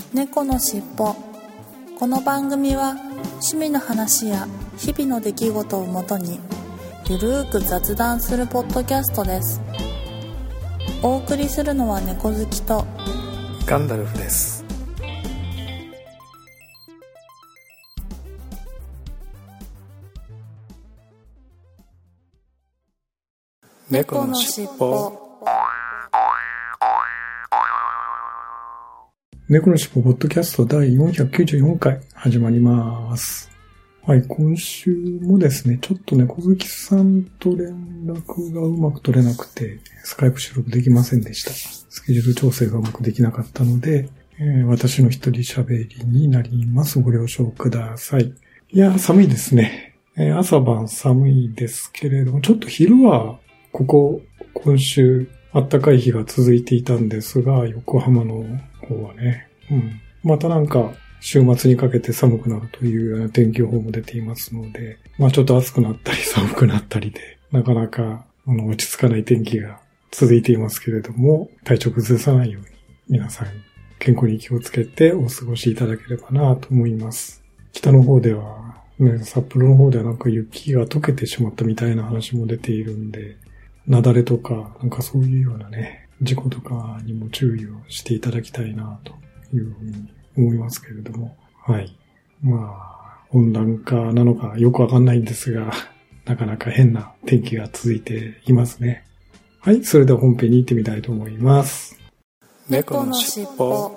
猫のしっぽ。この番組は趣味の話や日々の出来事をもとにゆるーく雑談するポッドキャストです。お送りするのは猫好きとガンダルフです。 猫のしっぽ。 猫のしっぽポッドキャスト第494回始まります。はい、今週もですね、ちょっと猫好きさんと連絡がうまく取れなくて、スカイプ収録できませんでした。スケジュール調整がうまくできなかったので、私の一人喋りになります。ご了承ください。いや、寒いですね。朝晩寒いですけれども、ちょっと昼は今週暖かい日が続いていたんですが、横浜の方はね、またなんか週末にかけて寒くなるというような天気予報も出ていますので、ちょっと暑くなったり寒くなったりで、なかなか落ち着かない天気が続いていますけれども、体調崩さないように皆さん健康に気をつけてお過ごしいただければなと思います。北の方では、札幌の方ではなんか雪が溶けてしまったみたいな話も出ているんで、雪崩とかなんかそういうようなね、事故とかにも注意をしていただきたいなというふうに思いますけれども、はい。温暖化なのかよくわかんないんですが、なかなか変な天気が続いていますね。はい、それでは本編に行ってみたいと思います。 猫のしっぽ。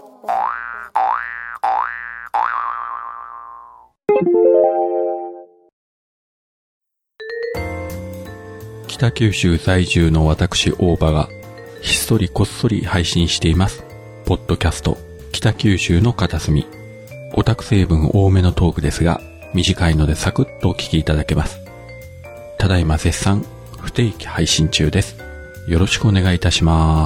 北九州在住の私大場がひっそりこっそり配信していますポッドキャスト北九州の片隅。オタク成分多めのトークですが短いのでサクッとお聞きいただけます。ただいま絶賛不定期配信中です。よろしくお願いいたします。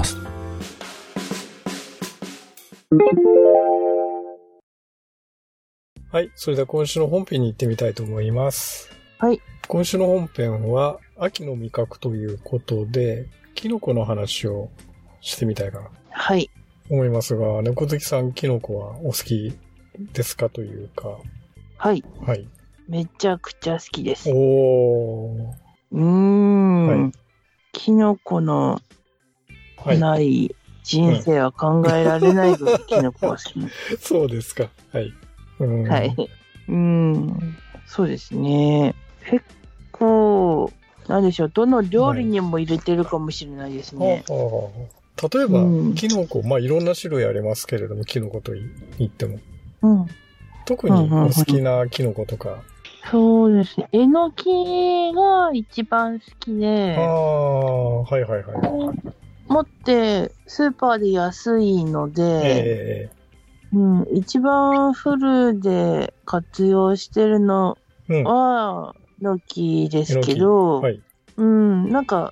はい、それでは今週の本編に行ってみたいと思います。 はい。 今週の本編は秋の味覚ということで、キノコの話をしてみたいかな。 はい。 思いますが、猫好きさんキノコはお好きですかというか。 はい。 はい。 めちゃくちゃ好きです。 はい、 キノコのない人生は考えられないぐらいキノコが好き。 そうですか。はい。 はい。そうですね。結構、なんでしょう、どの料理にも入れてるかもしれないですね。 例えば、キノコ、いろんな種類ありますけれども、キノコと言っても。特にお好きなキノコとか。 そうですね。えのきが一番好きで。 はいはいはい。 持ってスーパーで安いので、一番フルで活用してるのは、えのきですけど、なんか、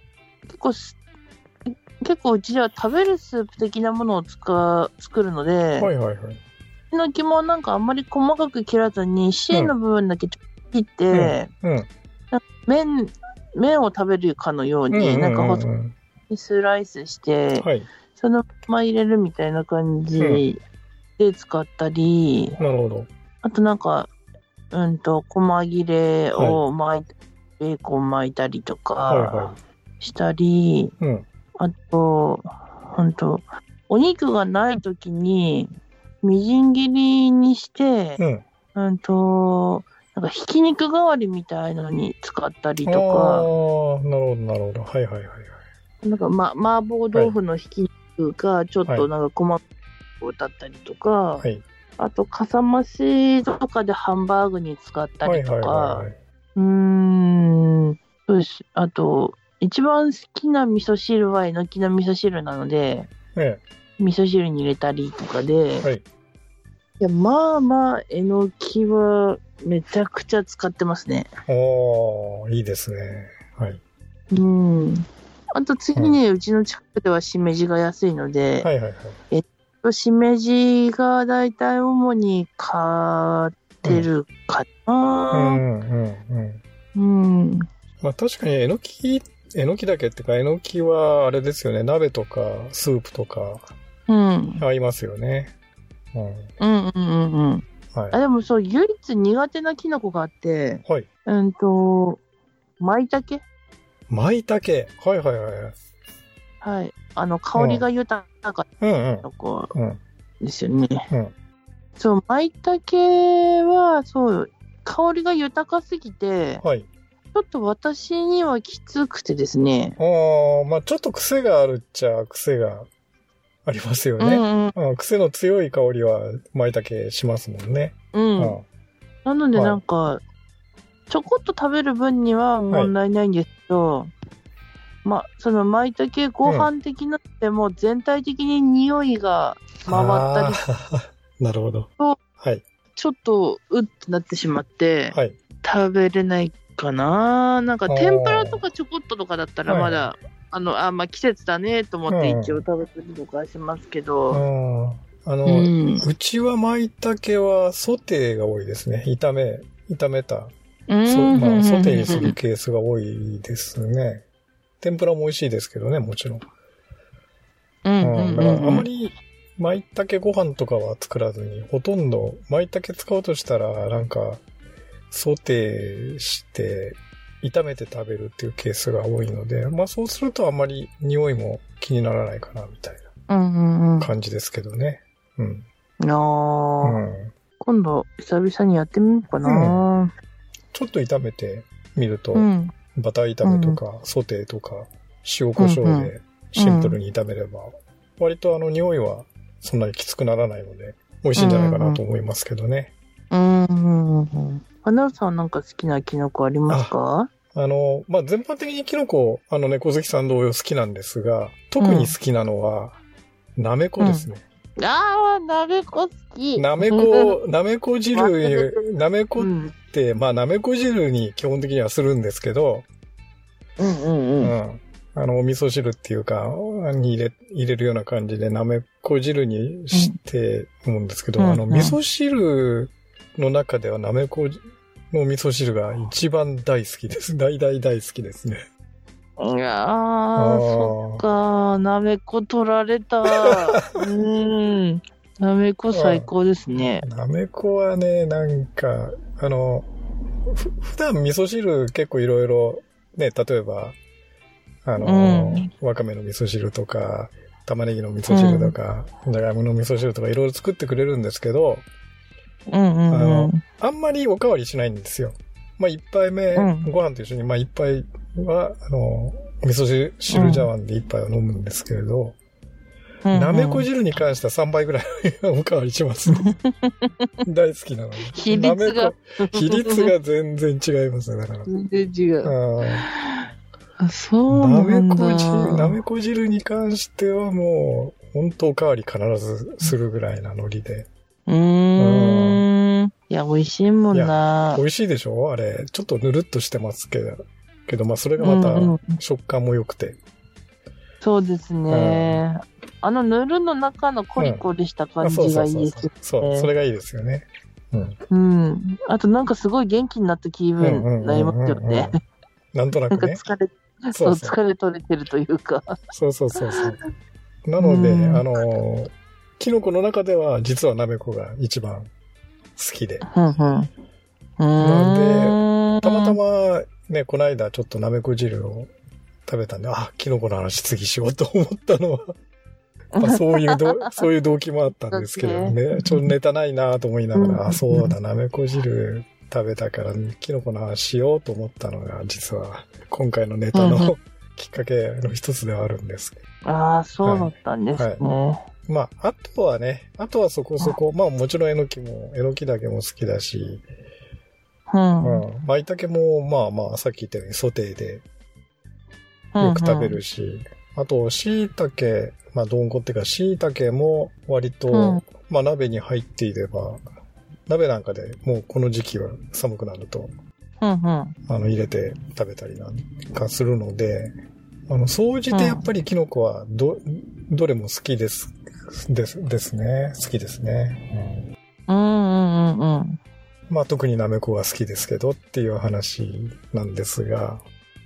結構うちでは食べるスープ的なものを作るので、えのきもなんかあんまり細かく切らずに芯の部分だけ切って、麺を食べるかのように、なんか細くスライスして、そのまま入れるみたいな感じで使ったり、 なるほど。 あとなんか、細切れをベーコン巻いたりとかしたり、あと、お肉がないときに、みじん切りにして、なんかひき肉代わりみたいなのに使ったりとか。 なるほど、なるほど。はいはいはい。 なんか麻婆豆腐のひき肉がちょっとなんか細かくだったりとか、あとかさ増しとかでハンバーグに使ったりとか、そうです。あと、一番好きな味噌汁はえのきの味噌汁なので、味噌汁に入れたりとかで、いやえのきはめちゃくちゃ使ってますね。 いいですね。はい。 あと次にうちの近くではしめじが安いので、しめじがだいたい主に買ってるかな。 確かにえのきだけってか、えのきはあれですよね、鍋とかスープとか合いますよね。 うんうんうんうん。はい、でもそう、唯一苦手なキノコがあって、はい。舞茸。 舞茸。はいはいはい。 はい。香りが豊かなキノコですよね。そう、舞茸は、そう、香りが豊かすぎて、はい。ちょっと私にはきつくてですね。 まあちょっと癖があるっちゃ癖がありますよね。癖の強い香りは舞茸しますもんね。 なのでなんか、ちょこっと食べる分には問題ないんですけど、まあ、その舞茸ご飯的なのでも全体的に匂いが回ったり。なるほど。はい。 ちょっとうってなってしまって、はい、食べれないかな。なんか天ぷらとかちょこっととかだったらまだ、まあ季節だねと思って一応食べてるとかしますけど。 うちは舞茸はソテーが多いですね。炒めた。まあ、ソテーにするケースが多いですね。天ぷらも美味しいですけどね、もちろん。だからあまり舞茸ご飯とかは作らずに、ほとんど舞茸使うとしたら、なんか、ソテーして、炒めて食べるっていうケースが多いので、まあそうするとあまり匂いも気にならないかな、みたいな感じですけどね。 今度、久々にやってみようかな。 ちょっと炒めてみると、バター炒めとか、ソテーとか、塩コショウでシンプルに炒めれば、割と匂いはそんなにきつくならないので、美味しいんじゃないかなと思いますけどね。 花さんなんか好きなキノコありますか？ まあ、全般的にキノコ、小関さん同様好きなんですが、特に好きなのは、なめこですね。 なめこ好き。 なめこ汁、なめこって、まあ、なめこ汁に基本的にはするんですけど、お味噌汁っていうか、に入れるような感じで、なめこ汁にして思うんですけど、味噌汁の中ではなめこの味噌汁が一番大好きです。大好きですね。 いやー、そっか、なめこ取られた。なめこ最高ですね。 なめこはね、なんか、普段味噌汁結構いろいろ、ね、例えば、わかめの味噌汁とか、玉ねぎの味噌汁とか、じゃがいもの味噌汁とかいろいろ作ってくれるんですけど、あんまりおかわりしないんですよ。まあ、一杯目、ご飯と一緒に、まあ、一杯は、味噌汁茶碗で一杯は飲むんですけれど、なめこ汁に関しては3倍ぐらいおかわりしますね。大好きなので。 比率が全然違いますね、だから。 全然違う。そうなんだ。 なめこ汁に関してはもう、本当おかわり必ずするぐらいなノリで。 いや、美味しいもんな。 美味しいでしょあれ。ちょっとぬるっとしてますけど、まあそれがまた食感も良くて。 そうですね。ぬるの中のコリコリした感じがいいですね。 そう、それがいいですよね。 あとなんかすごい元気になった気分になりますよね。 なんとなくね。 なんか疲れ取れてるというか。 そう。なので、キノコの中では実はなめこが一番好きで。なんで、たまたまね、この間ちょっとなめこ汁を食べたんで、キノコの話次しようと思ったのは、まあそういう動機もあったんですけどね、ちょっとネタないなと思いながら、そうだ、なめこ汁食べたから、キノコの話しようと思ったのが、実は今回のネタのきっかけの一つではあるんですけど。そうだったんですね。 まあ、あとはそこそこ、まあもちろんえのきだけも好きだし、舞茸もまあまあさっき言ったようにソテーでよく食べるし、あと椎茸、まあどんこっていうか椎茸も割と、まあ鍋に入っていれば、鍋なんかでもうこの時期は寒くなると、入れて食べたりなんかするので、総じてやっぱりキノコはどれも好きですね。好きですね。まあ特になめこは好きですけどっていう話なんですが。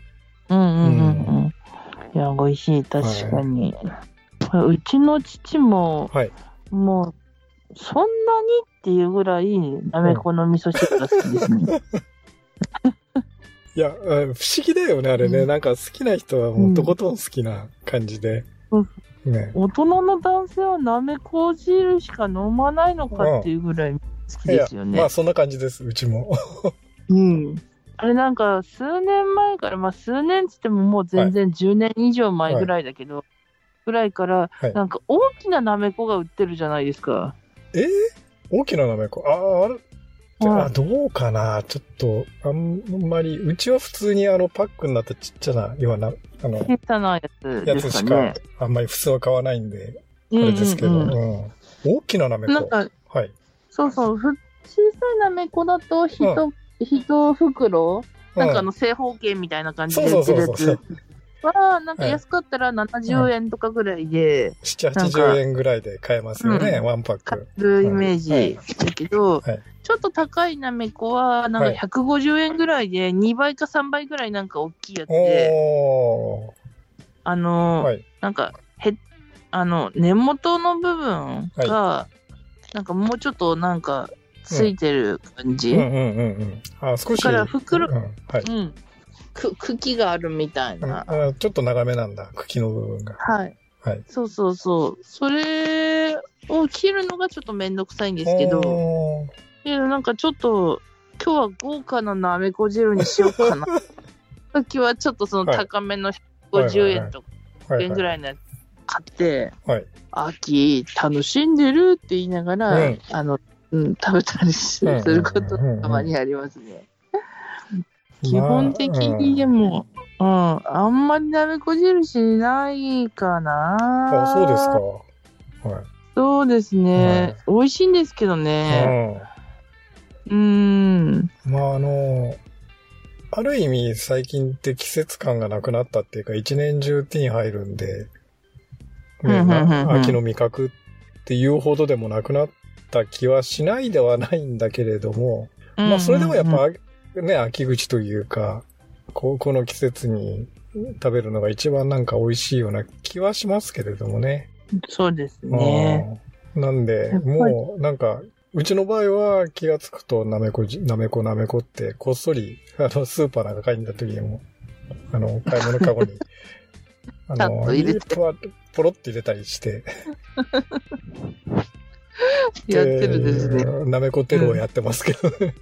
いや、美味しい、確かに。うちの父も、もうそんなにっていうぐらい、なめこの味噌汁が好きですね。 いや、不思議だよね、あれね。なんか好きな人はもうとことん好きな感じで。 ね、大人の男性はなめこ汁しか飲まないのかっていうぐらい好きですよね。 まあそんな感じです、うちも。 あれなんか数年前から、まあ数年つってももう全然10年以上前ぐらいだけど、ぐらいから、なんか大きななめこが売ってるじゃないですか。 大きななめこどうかなちょっと、あんまり、うちは普通にパックになったちっちゃな、要は小さなやつですかね。 やつしか、あんまり普通は買わないんで、あれですけど、大きななめこ。 なんか、そうそう、小さいなめこだと一袋、なんか正方形みたいな感じで売ってるやつは、なんか安かったら70円とかぐらいで、 7、80円ぐらいで買えますよね、ワンパック。 買えるイメージだけど、ちょっと高いなめこは、なんか150円ぐらいで、2倍か3倍ぐらいなんか大きいやつで、なんか、根元の部分が、なんかもうちょっとなんか、ついてる感じ。 少し。 だから袋、茎があるみたいな。 ちょっと長めなんだ、茎の部分が。そう。 それを切るのがちょっとめんどくさいんですけど、なんかちょっと、今日は豪華ななめこ汁にしようかな。時はちょっとその高めの150円とか100円ぐらいのやつ買って、秋楽しんでるって言いながら、食べたりすることたまにありますね。基本的にでも、あんまりなめこ汁しないかな。 そうですか。 そうですね。美味しいんですけどね。 まあある意味最近って季節感がなくなったっていうか、一年中手に入るんで、秋の味覚っていうほどでもなくなった気はしないではないんだけれども、まあそれでもやっぱね、秋口というか、この季節に食べるのが一番なんか美味しいような気はしますけれどもね。 そうですね。 なんで、もうなんか、うちの場合は気がつくとなめこってこっそりスーパーなんか買いに行った時にも買い物カゴにポロって入れたりしてやってるですね。 なめこテロをやってますけどね。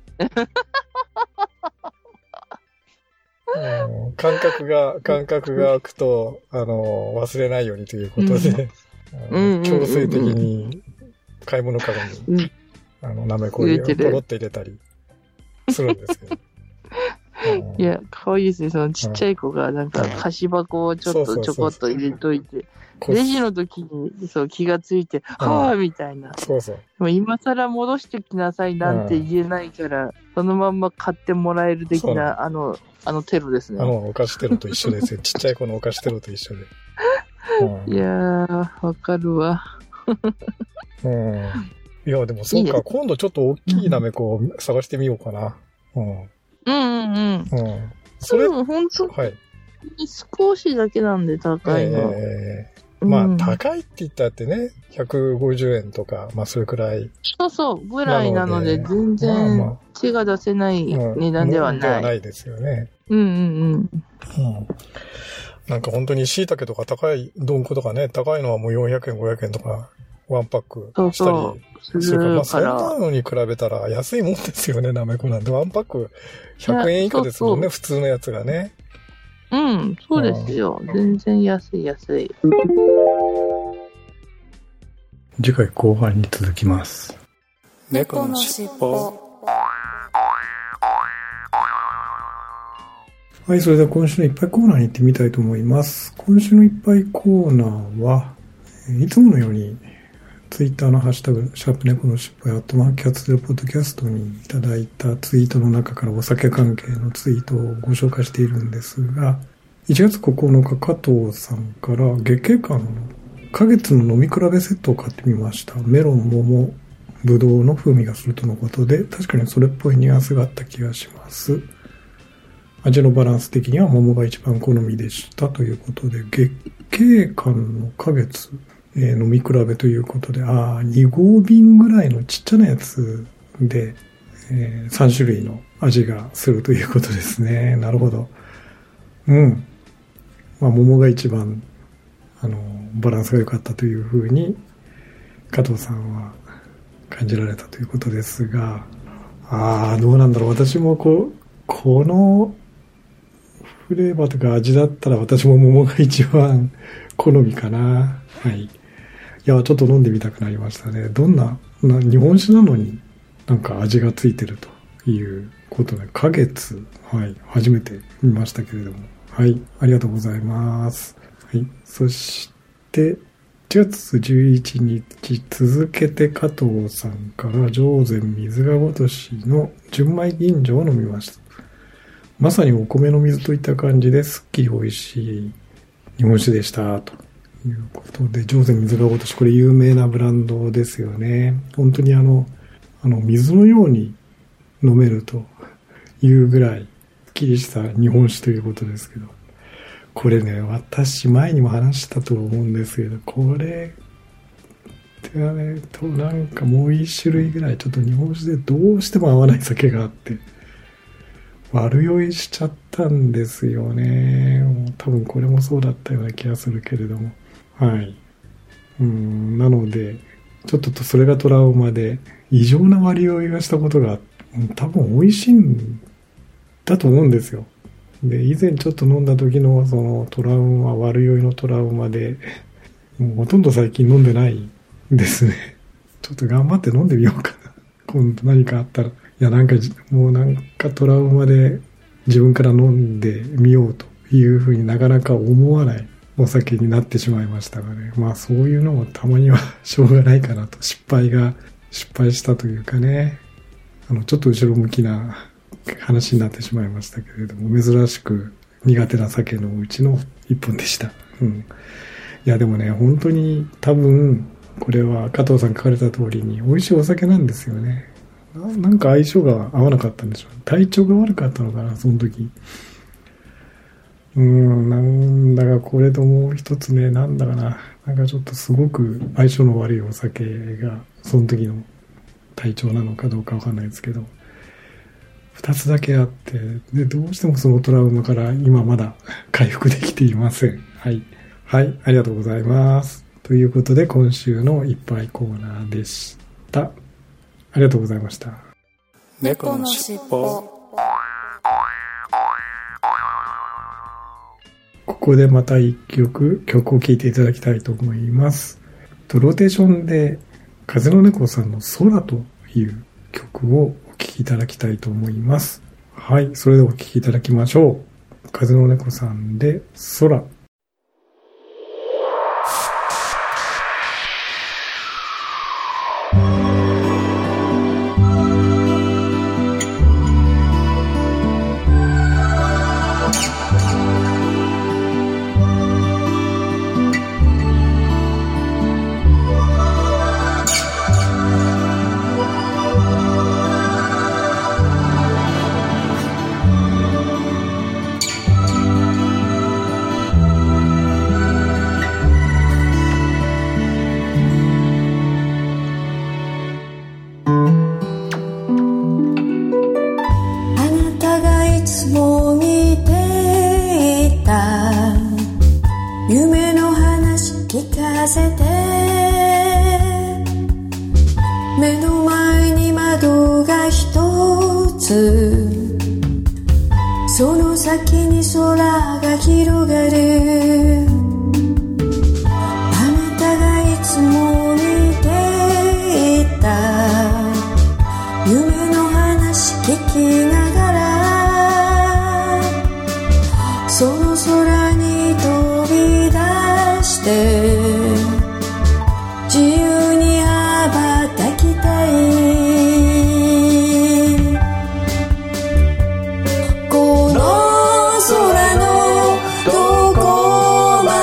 感覚が空くと忘れないようにということで、強制的に買い物カゴに、なめこをポロって入れたりするんですけど。 いや、かわいいですね。そのちっちゃい子がなんか菓子箱をちょこっと入れといて、レジの時に気がついて、はぁみたいな。でも今更戻してきなさいなんて言えないから、そのまんま買ってもらえる的な、テロですね。 お菓子テロと一緒ですよ。ちっちゃい子のお菓子テロと一緒で。 いやー、わかるわ。 いや、でもそうか、今度ちょっと大きいなめこを探してみようかな。 それも本当に少しだけなんで高いの。 まあ、高いって言ったってね、150円とか、まあ、それくらい。 そう、ぐらいなので、全然手が出せない値段ではない。 ではないですよね。なんか本当に椎茸とか高い、どんことかね、高いのはもう400円、500円とか、ワンパックしたりするから、まあ、そんなのに比べたら安いもんですよね、なめこなんて。ワンパック100円以下ですもんね、普通のやつがね。 そうですよ。全然安い。 次回後半に続きます。 猫のしっぽ。 はい、それでは今週のいっぱいコーナーに行ってみたいと思います。今週のいっぱいコーナーは、いつものようにツイッターのハッシュタグ、シャープ猫のしっぽやキャッツデルポッドキャストにいただいたツイートの中からお酒関係のツイートをご紹介しているんですが、1月9日加藤さんから月桂冠の花月の飲み比べセットを買ってみました。メロン、桃、ぶどうの風味がするとのことで、確かにそれっぽいニュアンスがあった気がします。味のバランス的には桃が一番好みでしたということで、月桂冠の花月飲み比べということで、2合瓶ぐらいのちっちゃなやつで、3種類の味がするということですね。なるほど。桃が一番、バランスが良かったというふうに、加藤さんは感じられたということですが、どうなんだろう。私もこのフレーバーとか味だったら私も桃が一番好みかな。はい。いや、ちょっと飲んでみたくなりましたね。どんな日本酒なのになんか味がついてるということで、花月、はい、初めて見ましたけれども。はい、ありがとうございます。はい、そして、1月11日、続けて加藤さんから上善水がごとしの純米吟醸を飲みました。まさにお米の水といった感じですっきり美味しい日本酒でしたということで、上善水がごとし、これ有名なブランドですよね。本当に水のように飲めるというぐらいすっきりした日本酒ということですけど、これね、私前にも話したと思うんですけど、これがね、なんかもう一種類ぐらいちょっと日本酒でどうしても合わない酒があって、悪酔いしちゃったんですよね。もう多分これもそうだったような気がするけれども。はい。なので、ちょっとそれがトラウマで、異常な割酔いをしたことが、多分美味しいんだと思うんですよ。で、以前ちょっと飲んだ時のそのトラウマ、悪酔いのトラウマで、もうほとんど最近飲んでないですね。ちょっと頑張って飲んでみようかな。今度何かあったら。いや、もうなんかトラウマで自分から飲んでみようというふうになかなか思わないお酒になってしまいましたがね。まあそういうのもたまにはしょうがないかなと。失敗したというかね。ちょっと後ろ向きな話になってしまいましたけれども、珍しく苦手な酒のうちの一本でした。いやでもね、本当に多分これは加藤さん書かれた通りに美味しいお酒なんですよね。なんか相性が合わなかったんでしょう。体調が悪かったのかな、その時。なんだかこれともう一つね、なんだかな。なんかちょっとすごく相性の悪いお酒が、その時の体調なのかどうかわかんないですけど、二つだけあって、で、どうしてもそのトラウマから今まだ回復できていません。はい。はい、ありがとうございます。ということで、今週のいっぱいコーナーでした。ありがとうございました。 猫のしっぽ。 ここでまた一曲を聴いていただきたいと思います。ローテーションで風の猫さんの空という曲をお聴きいただきたいと思います。はい、それではお聴きいただきましょう。風の猫さんで空。 目の前に窓が一つ、その先に空が広がる。あなたがいつも見ていた夢の話聞きながら、その空に飛び出して自由に羽ばたきたい。この空のどこま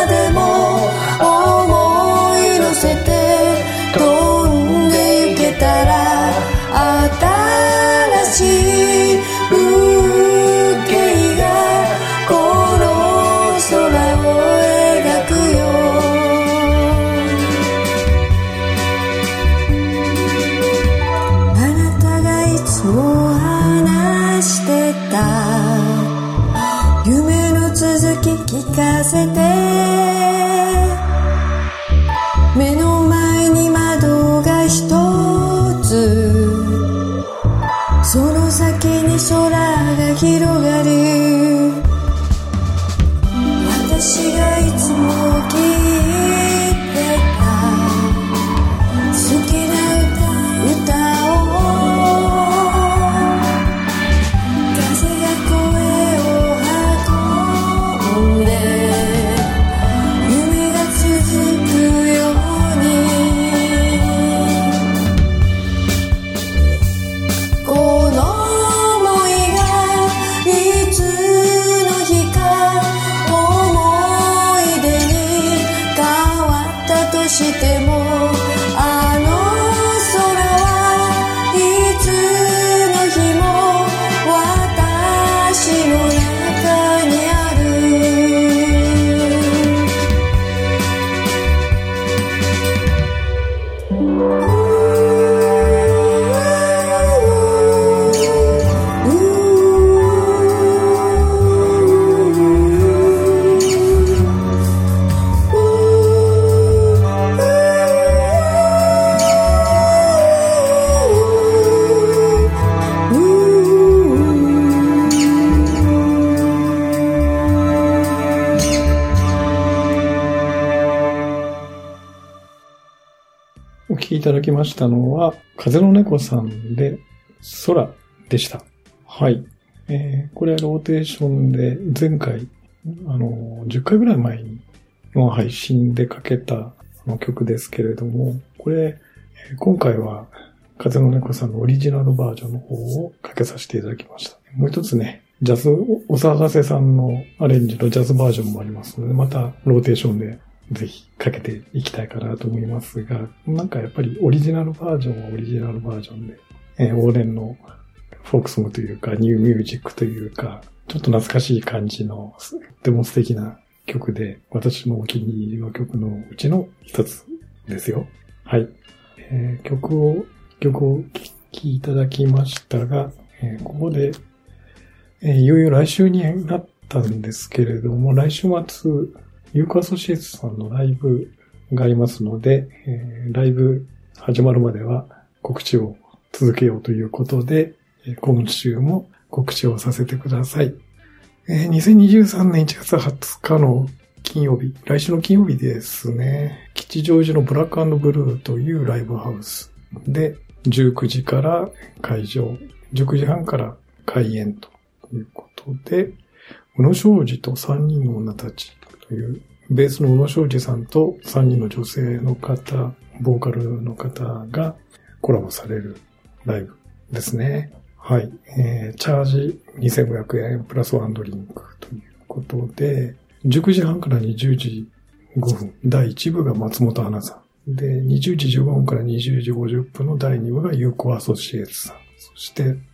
お聴きいただきましたのは、風の猫さんで空でした。はい。これはローテーションで前回、10回ぐらい前の配信でかけた曲ですけれども、これ、今回は風の猫さんのオリジナルバージョンの方をかけさせていただきました。もう一つね、ジャズ、お騒がせさんのアレンジのジャズバージョンもありますので、またローテーションでぜひかけていきたいかなと思いますが、なんかやっぱりオリジナルバージョンはオリジナルバージョンで、往年のフォークソングというか、ニューミュージックというか、ちょっと懐かしい感じの、とても素敵な曲で、私のお気に入りの曲のうちの一つですよ。はい。曲を聴きいただきましたが、ここで、いよいよ来週になったんですけれども、来週末、ユーコアソシエイツさんのライブがありますので、ライブ始まるまでは告知を続けようということで、今週も告知をさせてください。2023年1月20日の金曜日、来週の金曜日ですね、吉祥寺のブラック&ブルーというライブハウスで19時から会場、19時半から開演ということで、宇野昌司と3人の女たちという、ベースの宇野昌司さんと3人の女性の方、ボーカルの方がコラボされるライブですね。はい。チャージ2500円プラスワンドリンクということで、19時半から20時5分、第1部が松本花さん。で、20時15分から20時50分の第2部がユーコアソシエイツさん。そして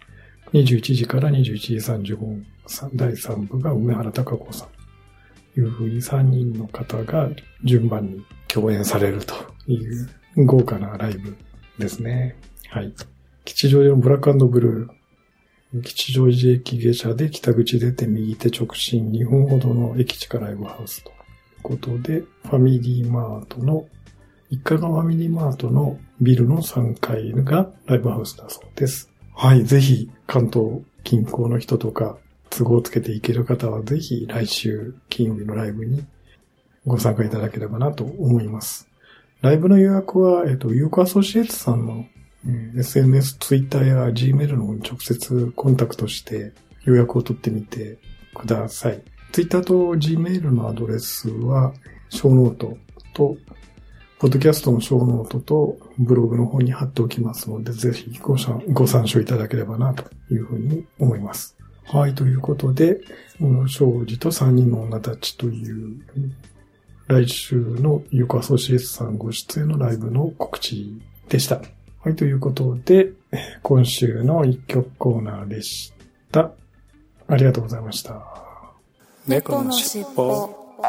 、21時から21時35分、第3部が梅原孝子さん。というふうに3人の方が順番に共演されるという豪華なライブですね。はい。吉祥寺のブラック&ブルー。吉祥寺駅下車で北口出て右手直進2分ほどの駅地下ライブハウスということで、ファミリーマートの、1階がファミリーマートのビルの3階がライブハウスだそうです。はい。ぜひ関東近郊の人とか都合をつけていける方はぜひ来週金曜日のライブにご参加いただければなと思います。ライブの予約は、ユーコアソシエイツさんのSNS、Twitter や Gmail の方に直接コンタクトして予約を取ってみてください。Twitter と Gmail のアドレスは、ショーノートと、ポッドキャストのショーノートとブログの方に貼っておきますので、ぜひご参照いただければなというふうに思います。はい、ということで、宇野昌司と3人の女たちという、来週のユーコアソシエイツさんご出演のライブの告知でした。はい、ということで、今週の一曲コーナーでした。ありがとうございました。 猫のしっぽ。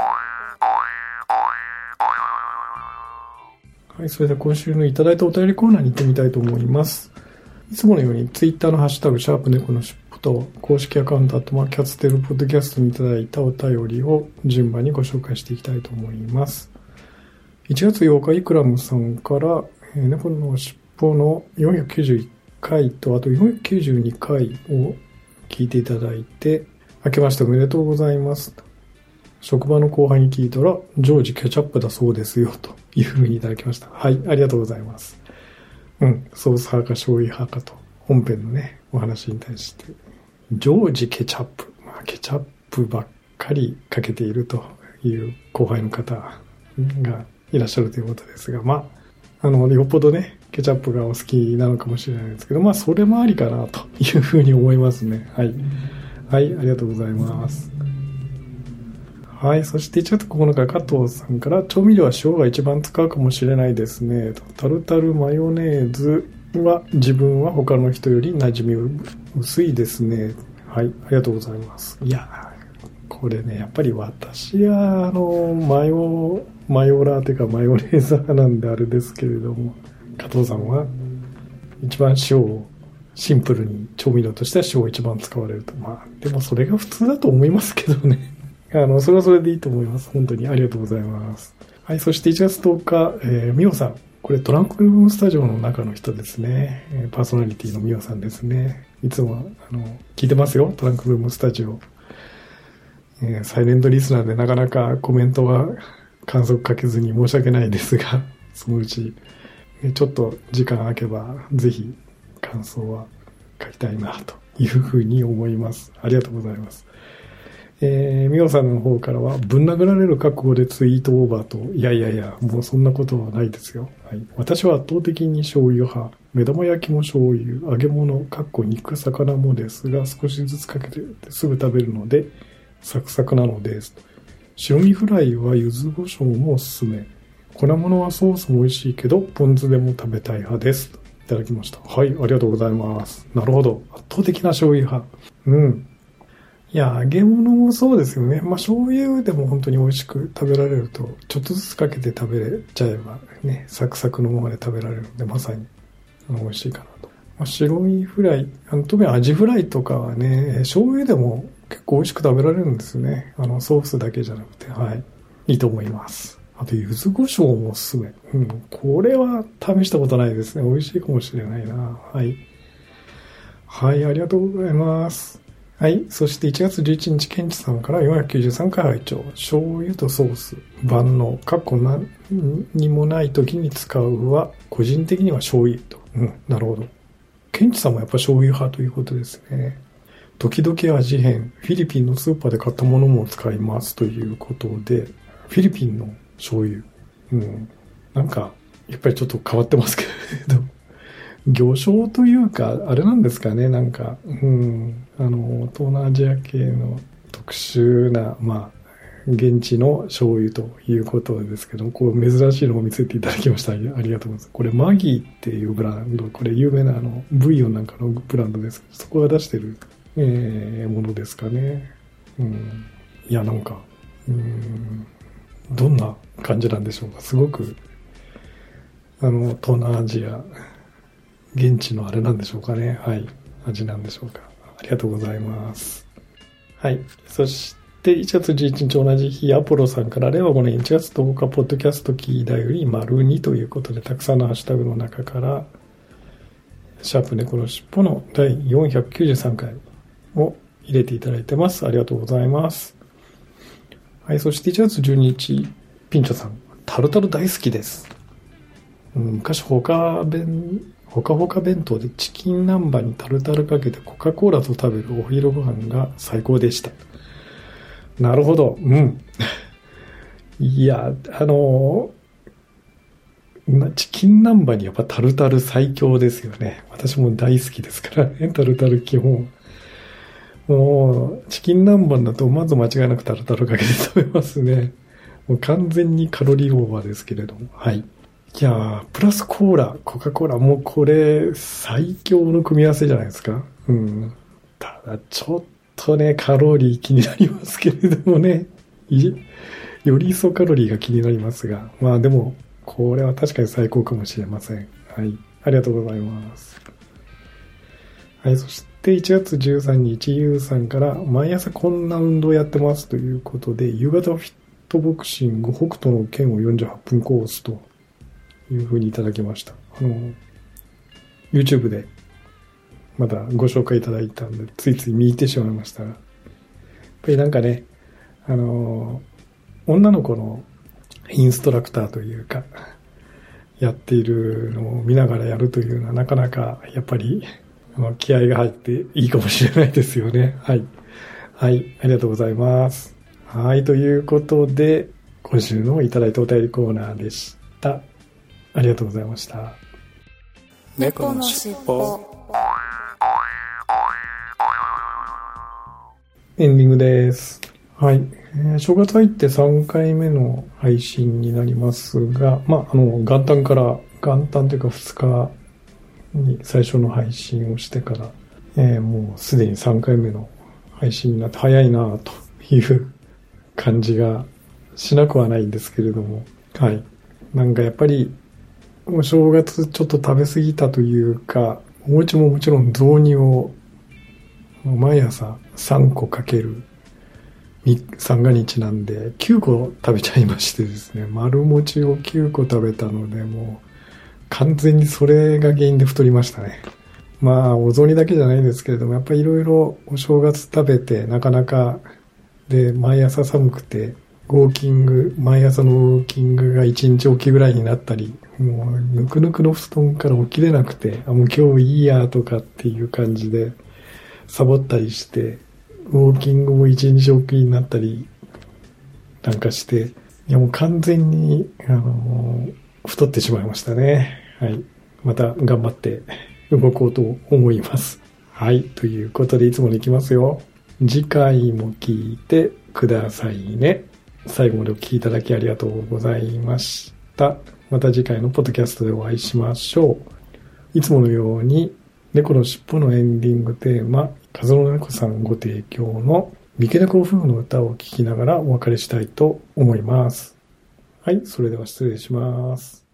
はい、それでは今週のいただいたお便りコーナーに行ってみたいと思います。いつものようにツイッターのハッシュタグ、シャープ猫のしっぽと公式アカウント、キャツテルポッドキャストにいただいたお便りを順番にご紹介していきたいと思います。1月8日、イクラムさんから、猫のしっぽの491回と、あと492回を聞いていただいて、明けましておめでとうございます。職場の後輩に聞いたら、常時ケチャップだそうですよ、というふうにいただきました。はい、ありがとうございます。ソース派か醤油派かと、本編のね、お話に対して、常時ケチャップ。ケチャップばっかりかけているという後輩の方がいらっしゃるということですが、よっぽどね、ケチャップがお好きなのかもしれないですけど、それもありかなというふうに思いますね。はい。はい、ありがとうございます。はい、そして1月9日、加藤さんから、調味料は塩が一番使うかもしれないですね。タルタルマヨネーズは自分は他の人より馴染み薄いですね。はい、ありがとうございます。いや、これね、やっぱり私はマヨラーというかマヨネーズ派なんであれですけれども、 加藤さんは一番塩をシンプルに調味料としては塩を一番使われると。でもそれが普通だと思いますけどね。それはそれでいいと思います。本当にありがとうございます。はい、そして1月10日、みおさん。これトランクルームスタジオの中の人ですね。パーソナリティのみおさんですね。いつも聞いてますよ。トランクルームスタジオ。サイレントリスナーでなかなかコメントは観測かけずに申し訳ないですが、そのうちちょっと時間空けばぜひ感想は書きたいなというふうに思います。ありがとうございます。みおさんの方からは、ぶん殴られる覚悟でツイートオーバーと、いや、もうそんなことはないですよ。はい、私は圧倒的に醤油派。目玉焼きも醤油、揚げ物、肉、魚もですが、少しずつかけてすぐ食べるので、サクサクなのです。白身フライは柚子胡椒もおすすめ。粉物はソースも美味しいけど、ポン酢でも食べたい派です。いただきました。はい、ありがとうございます。なるほど。圧倒的な醤油派。いや、揚げ物もそうですよね。醤油でも本当に美味しく食べられると、ちょっとずつかけて食べれちゃえばね、サクサクのままで食べられるので、まさに美味しいかなと。白身フライ、特にアジフライとかはね、醤油でも結構美味しく食べられるんですよね。ソースだけじゃなくて、はい。いいと思います。あと、柚子胡椒もおすすめ。これは試したことないですね。美味しいかもしれないな。はい。はい、ありがとうございます。はい。そして1月11日、ケンチさんから493回拝聴。醤油とソース、万能、何にもない時に使うは、個人的には醤油と。なるほど。ケンチさんもやっぱ醤油派ということですね。時々味変、フィリピンのスーパーで買ったものも使いますということで、フィリピンの醤油。なんか、やっぱりちょっと変わってますけど。魚醤というか、あれなんですかね、なんか、東南アジア系の特殊な、現地の醤油ということですけど、珍しいのを見せていただきました。ありがとうございます。これ、マギーっていうブランド、これ有名なブイヨンなんかのブランドですけど、そこが出してる、ものですかね。いや、なんか、どんな感じなんでしょうか。すごく、東南アジア、現地のあれなんでしょうかね。はい。味なんでしょうか。ありがとうございます。はい。そして、1月11日同じ日、アポロさんから令和5年1月10日、ポッドキャストキーだより②ということで、たくさんのハッシュタグの中から、シャープ猫のしっぽの第493回を入れていただいてます。ありがとうございます。はい。そして1月12日、ピンチョさん、タルタル大好きです。昔ほかほか弁当でチキン南蛮にタルタルかけてコカ・コーラと食べるお昼ご飯が最高でした。なるほど。いや、チキン南蛮にやっぱタルタル最強ですよね。私も大好きですからね、タルタル基本。もう、チキン南蛮だとまず間違いなくタルタルかけて食べますね。もう完全にカロリーオーバーですけれども。はい。いやー、プラスコーラ、コカ・コーラ、もうこれ、最強の組み合わせじゃないですか。ただ、ちょっとね、カロリー気になりますけれどもね。より一層カロリーが気になりますが。でも、これは確かに最高かもしれません。はい。ありがとうございます。はい。そして、1月13日、ゆうさんから、毎朝こんな運動やってますということで、夕方フィットボクシング、北斗の拳を48分コースと、いう風にいただきました。YouTube でまたご紹介いただいたんで、ついつい見入ってしまいましたが。やっぱりなんかね、女の子のインストラクターというか、やっているのを見ながらやるというのはなかなかやっぱり気合が入っていいかもしれないですよね。はい。はい、ありがとうございます。はい、ということで、今週のいただいたお便りコーナーでした。ありがとうございました。 猫のしっぽ。 エンディングです。はい。正月入って3回目の配信になりますが、元旦というか2日に最初の配信をしてから、もうすでに3回目の配信になって早いなという感じがしなくはないんですけれども、はい。なんかやっぱり、 お正月ちょっと食べ過ぎたというか、お餅ももちろん雑煮を毎朝3個かける三が日なんで9個食べちゃいましてですね、丸餅を9個食べたので、もう完全にそれが原因で太りましたね。まあお雑煮だけじゃないですけれども、やっぱりいろいろお正月食べてなかなかで、毎朝寒くて毎朝のウォーキングが1日おきぐらいになったり、もうぬくぬくの布団から起きれなくて、もう今日いいやとかっていう感じでサボったりして、ウォーキングも1日おきになったりなんかして、いやもう完全に太ってしまいましたね。はい。また頑張って動こうと思います。はい。ということでいつものいきますよ。次回も聞いてくださいね。最後までお聞きいただきありがとうございました。また次回のポッドキャストでお会いしましょう。いつものように猫のしっぽのエンディングテーマ、風の猫さんご提供の三毛猫夫婦の歌を聴きながらお別れしたいと思います。はい、それでは失礼します。